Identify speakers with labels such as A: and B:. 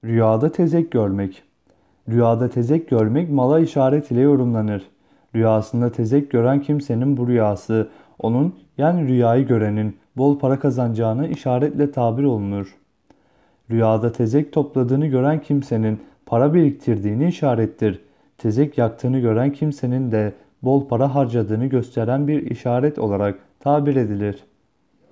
A: Rüyada tezek görmek. Rüyada tezek görmek mala işaret ile yorumlanır. Rüyasında tezek gören kimsenin bu rüyası, onun yani rüyayı görenin bol para kazanacağını işaretle tabir olunur. Rüyada tezek topladığını gören kimsenin para biriktirdiğini işarettir. Tezek yaktığını gören kimsenin de bol para harcadığını gösteren bir işaret olarak tabir edilir.